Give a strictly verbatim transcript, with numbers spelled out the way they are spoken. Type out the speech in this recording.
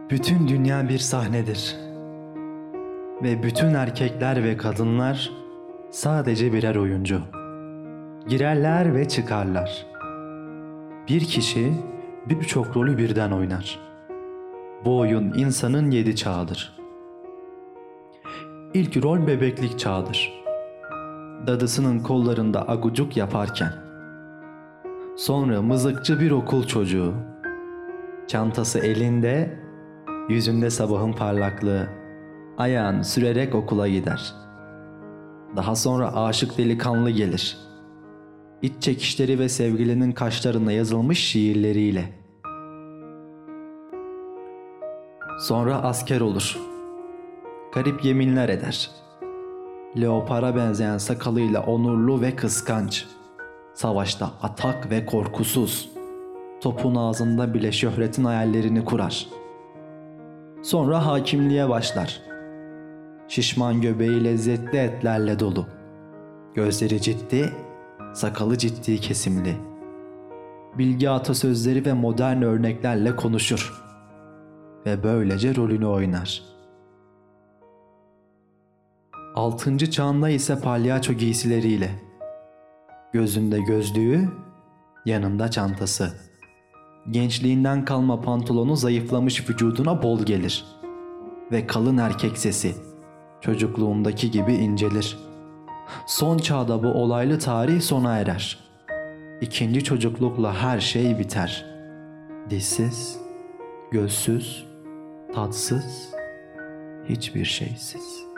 Bütün dünya bir sahnedir ve bütün erkekler ve kadınlar sadece birer oyuncu. Girerler ve çıkarlar. Bir kişi birçok rolü birden oynar. Bu oyun insanın yedi çağıdır. İlk rol bebeklik çağıdır. Dadısının kollarında agucuk yaparken. Sonra mızıkçı bir okul çocuğu. Çantası elinde, yüzünde sabahın parlaklığı, ayağını sürerek okula gider. Daha sonra aşık delikanlı gelir. İç çekişleri ve sevgilinin kaşlarına yazılmış şiirleriyle. Sonra asker olur. Garip yeminler eder. Leopara benzeyen sakalıyla onurlu ve kıskanç. Savaşta atak ve korkusuz. Topun ağzında bile şöhretin hayallerini kurar. Sonra hakimliğe başlar. Şişman göbeği lezzetli etlerle dolu. Gözleri ciddi, sakalı ciddi kesimli. Bilgi atasözleri ve modern örneklerle konuşur. Ve böylece rolünü oynar. Altıncı çağında ise palyaço giysileriyle. Gözünde gözlüğü, yanında çantası. Gençliğinden kalma pantolonu zayıflamış vücuduna bol gelir. Ve kalın erkek sesi çocukluğundaki gibi incelir. Son çağda bu olaylı tarih sona erer. İkinci çocuklukla her şey biter. Dişsiz, gözsüz, tatsız, hiçbir şeysiz.